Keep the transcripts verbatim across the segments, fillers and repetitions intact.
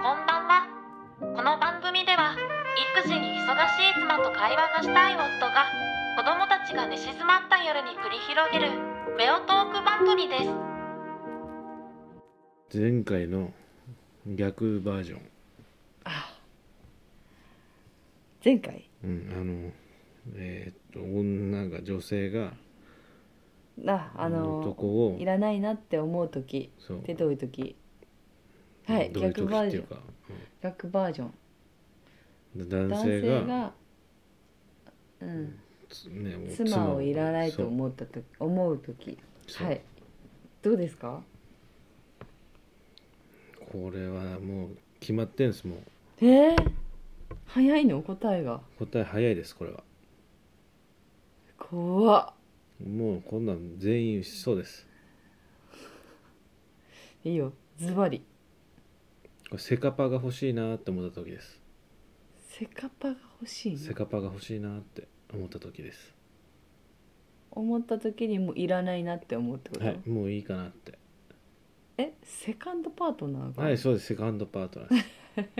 こんばんは。この番組では育児に忙しい妻と会話がしたい夫が子供たちが寝静まった夜に繰り広げるメオトーク番組です。 前回の逆バージョン。 あ、前回うんあのえー、っと女が女性がああの男をいらないなって思う時そうってどういう時？はい、 どういう時逆バージョンっていうか、 逆バージョンうん、男男性が性が、うん、 ね、 妻をいらないと思ったと思う時、はい、どうですか？ これはもう決まってんです。もうえー、早いの答えが。 答え早いです。これは怖っ。 もうこんなん全員そうです。 いいよ、ズバリ。 これセカパが欲しいなって思った時です。 セカパが欲しいの？ セカパが欲しいなって思った時です。 思った時にもういらないなって思うってこと？ はい、もういいかなって。 え、セカンドパートナーが？ はい、そうです。セカンドパートナーです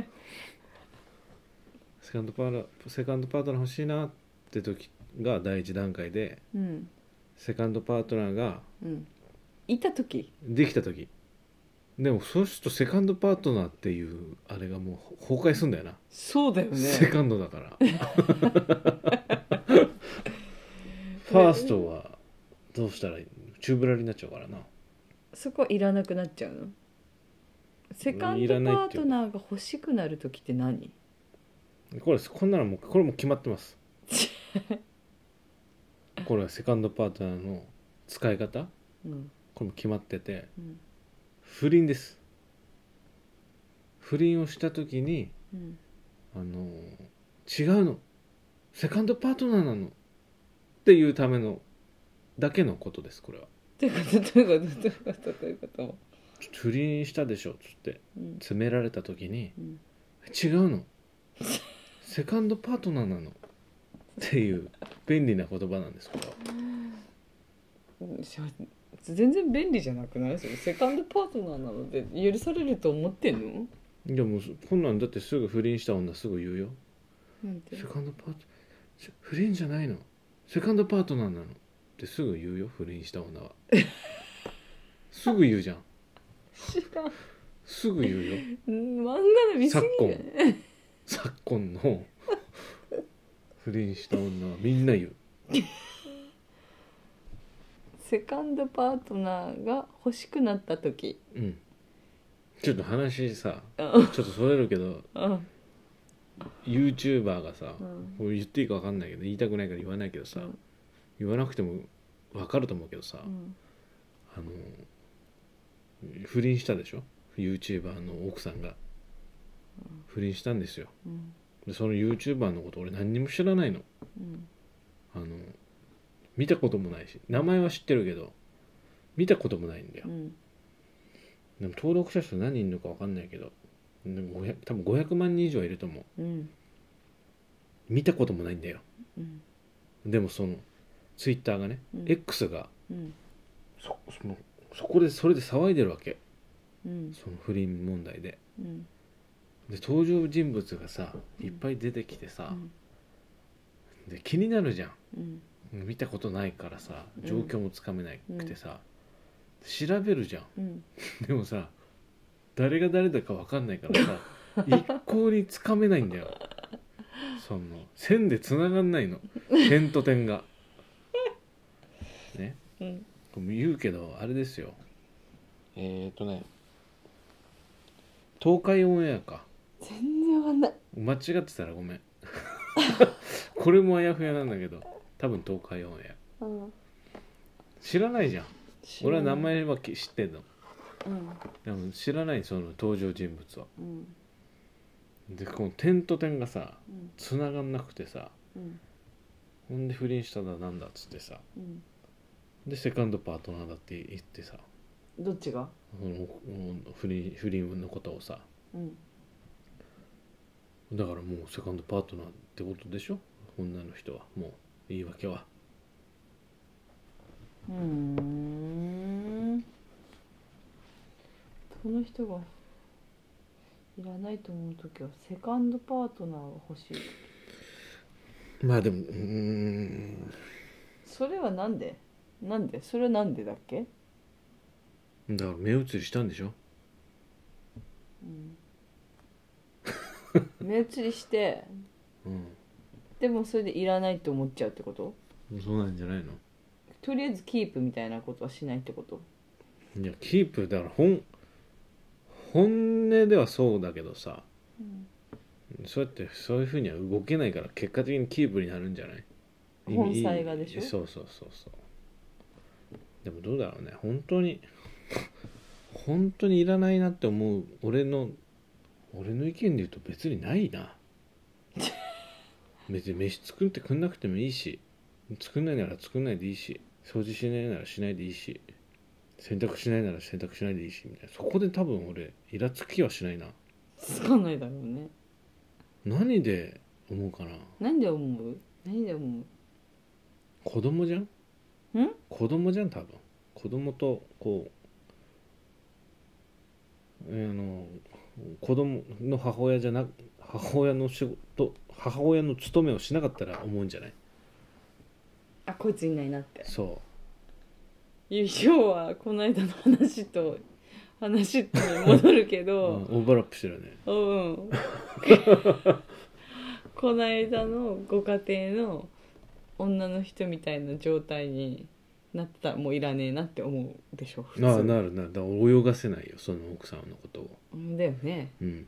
セカンドパートナーセカンドパートナー欲しいなって時が第一段階で、 うん、 セカンドパートナーがうん、いた時。 できた時でもそうするとセカンドパートナーっていうあれがもう崩壊するんだよな。 そうだよね。 セカンドだからファーストはどうしたらいいの？チューブラリになっちゃうからな。 そこはいらなくなっちゃうの？セカンドパートナーが欲しくなる時って何？ これこんなのもうこれも決まってますこれはセカンドパートナーの使い方、 うん、 これも決まってて、 うん、 不倫です。不倫をした時に、 うん、 あの違うの、セカンドパートナーなのっていうためのだけのことです。これはどういうことどういうことどういうことどういうこと？ 不倫したでしょっつってうん詰められた時に、 うん、 違うの、セカンドパートナーなのっていう便利な言葉なんです。これは全然便利じゃなくない？それセカンドパートナーなので許されると思ってんの？ いやもうこんなんだってすぐ不倫した女すぐ言うよ。 なんて？ セカンドパート不倫じゃないの、セカンドパートナーなのってすぐ言うよ。不倫した女はすぐ言うじゃん。 知らん。 すぐ言うよ。 漫画の見過ぎだよね。 昨今の不倫した女はみんな言うセカンドパートナーが欲しくなった時、 うん。ちょっと話さうんちょっとそれるけど、 うん YouTuber がさ、 うんこれ言っていいか分かんないけど言いたくないから言わないけどさ、 うん言わなくても分かると思うけどさ、 うんあの不倫したでしょ。 YouTuber の奥さんが不倫したんですよ。 うんでその YouTuber のこと俺何にも知らないの。 うんあの見たこともないし名前は知ってるけど見たこともないんだよ。 うんでも登録者数何人いるのか分かんないけど、でもごひゃく多分ごひゃくまんにん以上いると思う。 うん見たこともないんだよ。 うんでもその Twitter がね、 うん X がうんそそのそこでそれで騒いでるわけ。 うんその不倫問題で。 うんで登場人物がさいっぱい出てきてさ、で気になるじゃん。 うん見たことないからさうん状況もつかめなくてさ、調べるじゃん。 うんでもさ誰が誰だか分かんないからさ一向につかめないんだよ。その線でつながんないの、点と点がね。 うん言うけどあれですよ。えっ、ー、とね東海オンエアか。 全然わかんない。 間違ってたらごめんこれもあやふやなんだけど多分東海オンエアうん知らないじゃん。俺は名知前は知ってんの。 らない。 でも知らないその登場人物は。 うんでこの点と点がさうんつながんなくてさ、 うんほんで不倫しただなんだっつってさ、 うんでセカンドパートナーだって言ってさ、 どっちが？ その不倫不倫のことをさ、 うんだからもうセカンドパートナーってことでしょ。女の人はもう言い訳は。 うーんその人がいらないと思う時はセカンドパートナーが欲しい。 まあでもうーんそれはなんでなんでそれはなんでだっけ？ だから目移りしたんでしょ。 目移りしてうんでもそれでいらないと思っちゃうってこと？ そうなんじゃないの。 とりあえずキープみたいなことはしないってこと？ いやキープだから本本音ではそうだけどさ、 うんそうやってそういうふうには動けないから結果的にキープになるんじゃない？ 本妻がでしょ。 そうそうそうそうでもどうだろうね、本当に本当にいらないなって思う俺の俺の意見で言うと別にないな別に飯作ってくんなくてもいいし、作んないなら作んないでいいし、掃除しないならしないでいいし、洗濯しないなら洗濯しないでいいしみたいな、そこで多分俺イラつきはしないな。 つかないだろうね。 何で思うかな。 何で思う何で思子供じゃんうん子供じゃん多分。子供とこう、えーあの子供の母親じゃな母親の仕事母親の務めをしなかったら思うんじゃない？ あこいついないなってそいう要はこの間の話と話に戻るけう、 ど、 うん、オーバーラップしてるよね。 うんこの間のご家庭の女の人みたいな状態になったらもういらねえなって思うでしょ普通。 ああなるなるだから泳がせないよその奥さんのことを。 うんだよね。 うん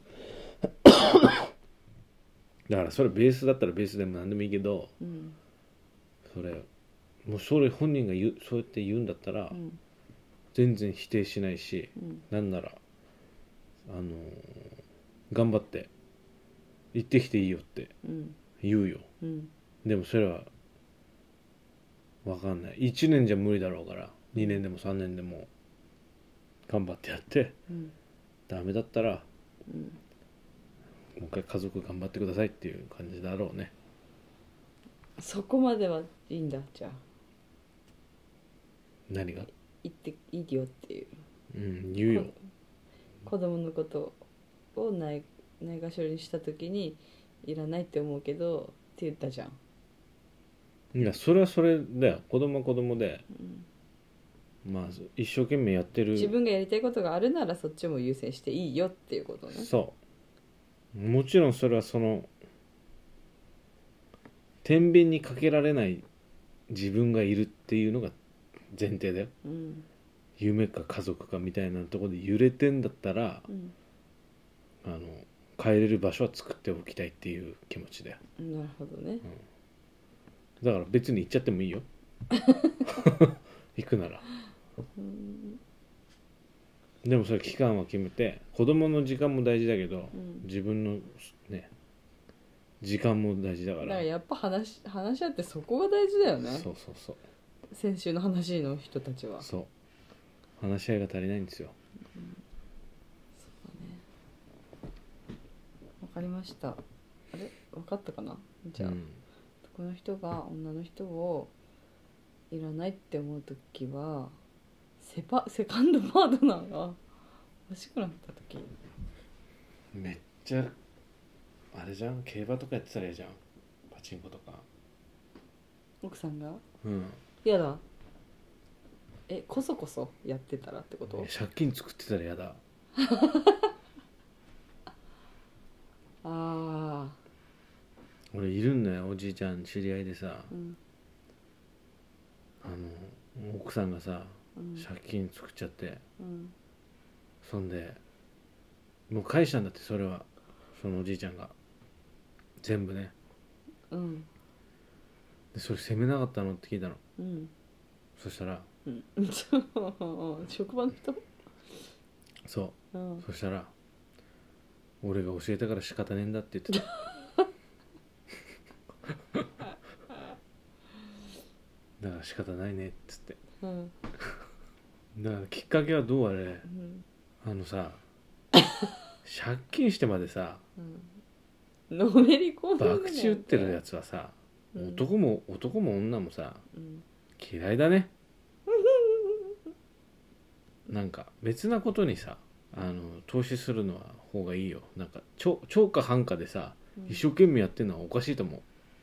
だからそれベースだったらベースでも何でもいいけど、 うんそれもうそれ本人が言うそうやって言うんだったら、 うん全然否定しないし、 うんなんならあのー頑張って行ってきていいよってうん言うよ。 うんでもそれは分かんない、いちねんじゃ無理だろうからにねんでもさんねんでも頑張ってやって、 うんダメだったらうんもう一回家族頑張ってくださいっていう感じだろうね。 そこまではいいんだ。じゃあ何が？ 言っていいよっていううん言うよ。 子供のことをないないがしろにした時にいらないって思うけどって言ったじゃん。 いやそれはそれだよ、子供は子供で、 うんまあ一生懸命やってる。 自分がやりたいことがあるならそっちも優先していいよっていうことね。 そうもちろんそれはその天秤にかけられない自分がいるっていうのが前提だよ。 うん夢か家族かみたいなところで揺れてんだったら、 うんあの帰れる場所は作っておきたいっていう気持ちだよ。 なるほどね。 だから別に行っちゃってもいいよ行くなら。 うんでもそれ期間は決めて、子供の時間も大事だけど、 うん自分のね時間も大事だから。 だからやっぱ話話し合ってそこが大事だよね。 そうそうそう先週の話の人たちは。 そう話し合いが足りないんですよ。 わかりました。あれ分かったかな。じゃあ、 うんこの人が女の人をいらないって思う時はセパセカンドパートナーが欲しくなった時。 めっちゃあれじゃん、競馬とかやってたら嫌じゃん、パチンコとか。 奥さんがうん嫌だ。えこそこそやってたらってこと？ 借金作ってたら嫌だ。 ああ俺いるんだよ、おじいちゃん知り合いでさ、 うんあの奥さんがさうん借金作っちゃって、 うんそんでもう返したんだって、それはそのおじいちゃんが全部ね。 うんでそれ責めなかったのって聞いたの。 うんそしたらうん職場の人？ そううんそしたら俺が教えたから仕方ねえんだって言ってただから仕方ないねっつって。 うんだからきっかけはどうあれ、 うんあのさ借金してまでさうんのめり込んでる博打打ってるやつはさ、 うん男も男も女もさうん嫌いだねなんか別なことにさあの投資するのは方がいいよ。なんか超超か半かでさ、 うん、 一生懸命やってるのはおかしいと思う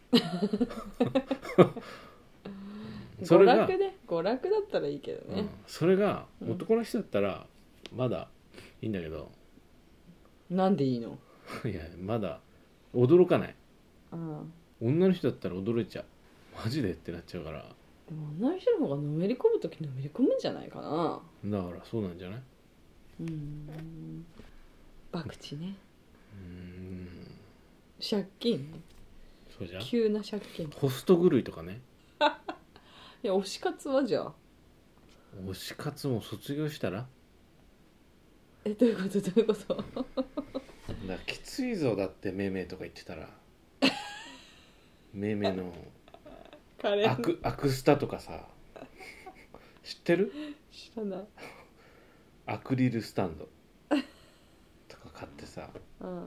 それが娯楽で娯楽だったらいいけどね、 うん、それが男の人だったらまだいいんだけど、 うん、なんでいいのいやまだ驚かない。 ああ女の人だったら驚いちゃう。マジでってなっちゃうから。 でも女の人の方がのめり込むときのめり込むんじゃないかな。 だからそうなんじゃない？ うん博打ね。 うーん借金ね。 そうじゃん。 急な借金。 ホスト狂いとかね。 いや推し活はじゃあ推し活も卒業したらえどういうことどういうことだからきついぞ。だってめいめいとか言ってたらめいめいのカレーアクアクスタとかさ知ってる？ 知らない。 アクリルスタンドとか買ってさうんあの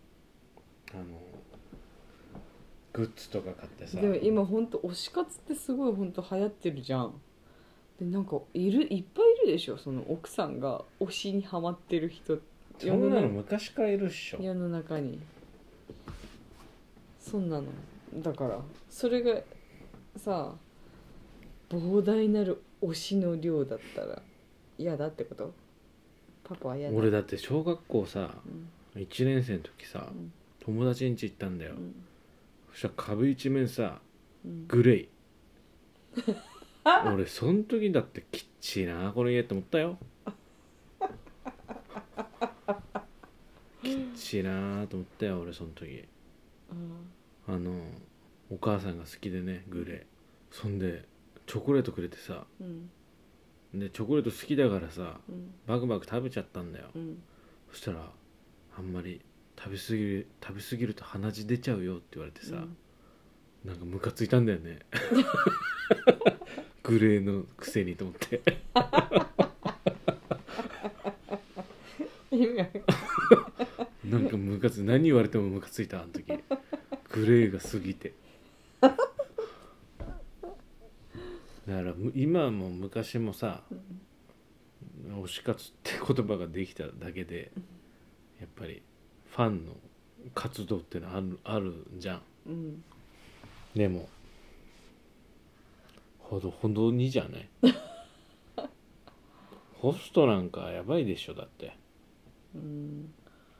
グッズとか買ってさ。 でも今ほんと推し活ってすごいほんと流行ってるじゃん。でなんかいるいっぱいいるでしょ、その奥さんが推しにハマってる人。 そんなの昔からいるっしょ。 世の中にそんなのだからそれがさ膨大なる推しの量だったら嫌だってこと？パパは嫌だ。 俺だって小学校さうんいちねん生の時さ、 うん友達ん家行ったんだよ、 うん、 そしたら壁一面さうんグレイ俺そん時だってきっちいなこの家って思ったよきっちいなと思ったよ俺その時。 うんあのお母さんが好きでねグレイ、そんでチョコレートくれてさ、 うんでチョコレート好きだからさうんバクバク食べちゃったんだよ、 うんそしたらあんまり食べ過ぎる食べ過ぎると鼻血出ちゃうよって言われてさ、 うんなんかムカついたんだよねグレーのくせにと思って意味がなんかムカつ何言われてもムカついたあの時グレーが過ぎてだからむ今も昔もさ推し活って言葉ができただけでやっぱりファンの活動ってのある、あるじゃん。 うんでもほどほどにじゃないホストなんかやばいでしょ。だってうん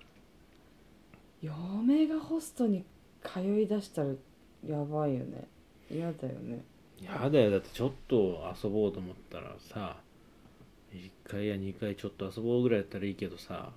嫁がホストに通いだしたらやばいよね。嫌だよね。 やだよ。だってちょっと遊ぼうと思ったらさいっかいやにかいちょっと遊ぼうぐらいやったらいいけどさ、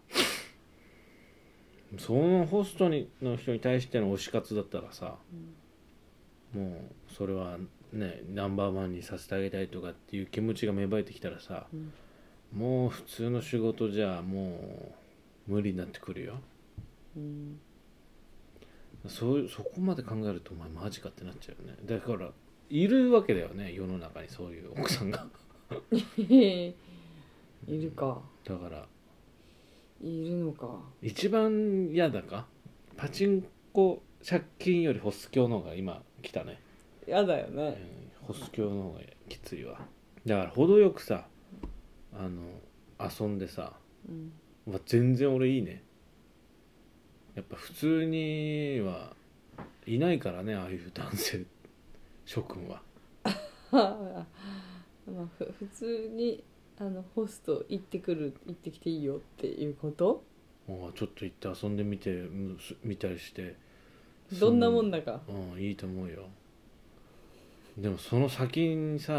そのホストにの人に対しての推し活だったらさ、うん、もうそれはねナンバーワンにさせてあげたいとかっていう気持ちが芽生えてきたらさ、うん、もう普通の仕事じゃもう無理になってくるよ、うん、そうそこまで考えるとお前マジかってなっちゃうよね。だからいるわけだよね世の中にそういう奥さんがいるか。 だからいるのか。 一番嫌だかパチンコ借金よりホス教の方が今来たね。 嫌だよね、 うん、ホス教の方がきついわ。だから程よくさあの遊んでさ、うん、まあ、全然俺いいね。やっぱ普通にはいないからねああいう男性諸君はまあふ普通にあのホスト行ってくる行ってきていいよっていうこと。 ああちょっと行って遊んでみてみたりしてどんなもんだか。 うんいいと思うよ。でもその先にさ、うん、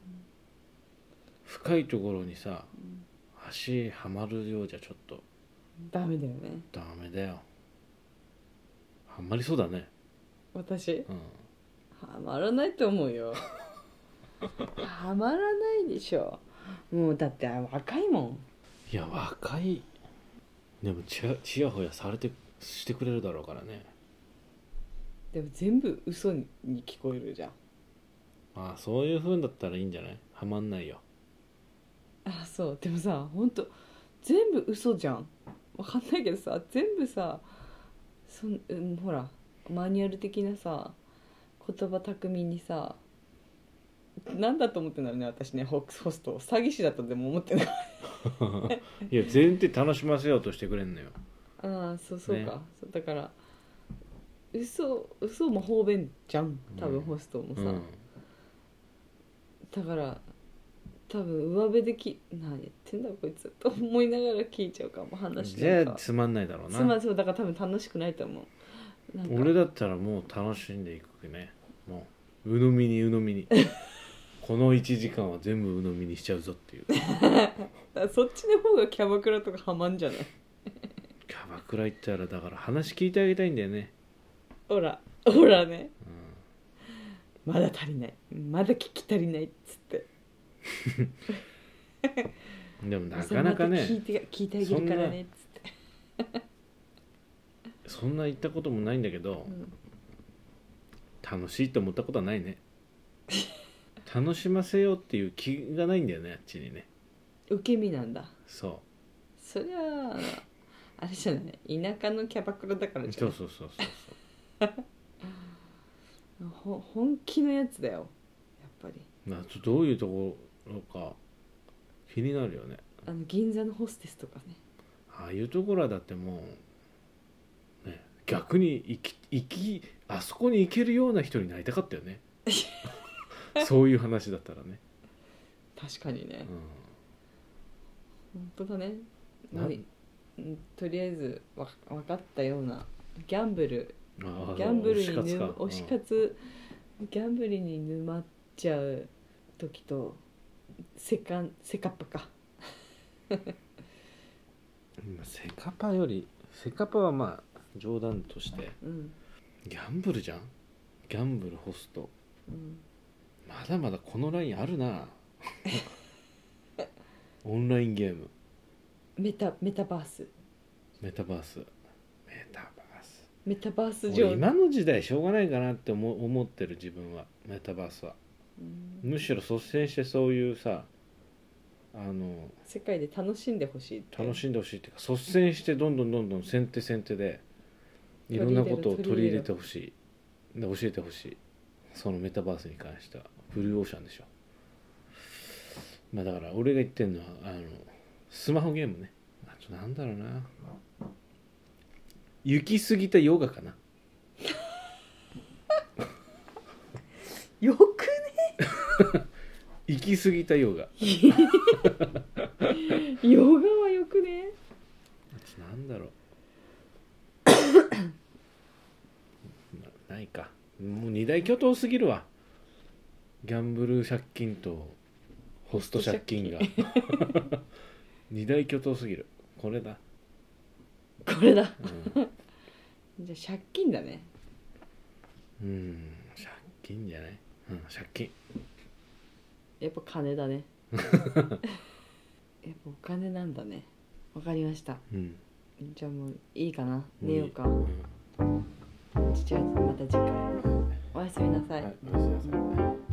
深いところにさ、うん、足はまるようじゃちょっとダメだよね。 ダメだよ。はまりそうだね私、 うん、 はまらないと思うよはまらないでしょ。もうだって若いもん。 いや若いでもちやちやほやされてしてくれるだろうからね。 でも全部嘘に聞こえるじゃん。 ああそういう風だったらいいんじゃない。はまんないよ。 あそうでもさほんと全部嘘じゃん。わかんないけどさ全部さそん、うん、ほらマニュアル的なさ言葉巧みにさなんだと思ってんだろうね私ねホホスト詐欺師だとでも思ってないいや全然楽しませようとしてくれんのよ。 ああそうそうか、 ねそうだから嘘嘘も方便じゃん多分うんホストもさ、 うんだから多分上辺でき何やってんだこいつと思いながら聞いちゃうかも話じなんかゃあつまんないだろうな。 つまりそうだから多分楽しくないと思う。なんか俺だったらもう楽しんでいくね。もう鵜呑みに鵜呑みにこのいちじかんは全部鵜呑みにしちゃうぞっていうそっちの方がキャバクラとかハマんじゃない？ キャバクラ行ったらだから話聞いてあげたいんだよね。 ほらほらね、 うまだ足りないまだ聞き足りないっつってん、でもなかなかね聞いて聞いてあげるからねっつってそんな言ったこともないんだけど、 うん、 楽しいと思ったことはないね楽しませようっていう気がないんだよねあっちにね。 受け身なんだ。 そそりゃああれじゃない田舎のキャバクラだからうじゃないそうそうそうそうほ本気のやつだよやっぱり。 などういうところか気になるよね。 あの銀座のホステスとかねああいうところはだってもう、ね、逆に行き行きあそこに行けるような人になりたかったよねそういう話だったらね、 確かにね、 う本当だね。 なもううんとりあえずわ分かったようなギャンブルん、ああギャンブルにそうぬ推し推し活活ギャンブルに沼っちゃう時とセカンセカップかか、うん、セカパよりセカパはまあ冗談としてうんギャンブルじゃん。ギャンブルホストうんまだまだこのラインあるなオンラインゲームメタメタバースメタバースメタバースメタバース俺上今の時代しょうがないかなって思思ってる自分はメタバースはうんむしろ率先してそういうさあの世界で楽しんでほしいって楽しんでほしいっていうか率先してどんどんどんどん先手先手でいろんなことを取り入れてほしいで教えてほしい。そのメタバースに関してはブルーオーシャンでしょ。まあだから俺が言ってんのはあのスマホゲームね。あとなんだろうな行き過ぎたヨガかなよく行き過ぎたヨガヨガはよくね。 あとなんだろうなないかもう二大巨頭すぎるわ。ギャンブル借金とホスト借金が二大巨頭すぎる。これだ、 これだうん、 じゃあ借金だね。 うん借金じゃない、うん、借金やっぱ金だねやっぱお金なんだね。わかりました。 うんじゃあもういいかな、 もういい寝ようか。 うんじゃあまた次回おやすみなさい、 はいおやすみなさい。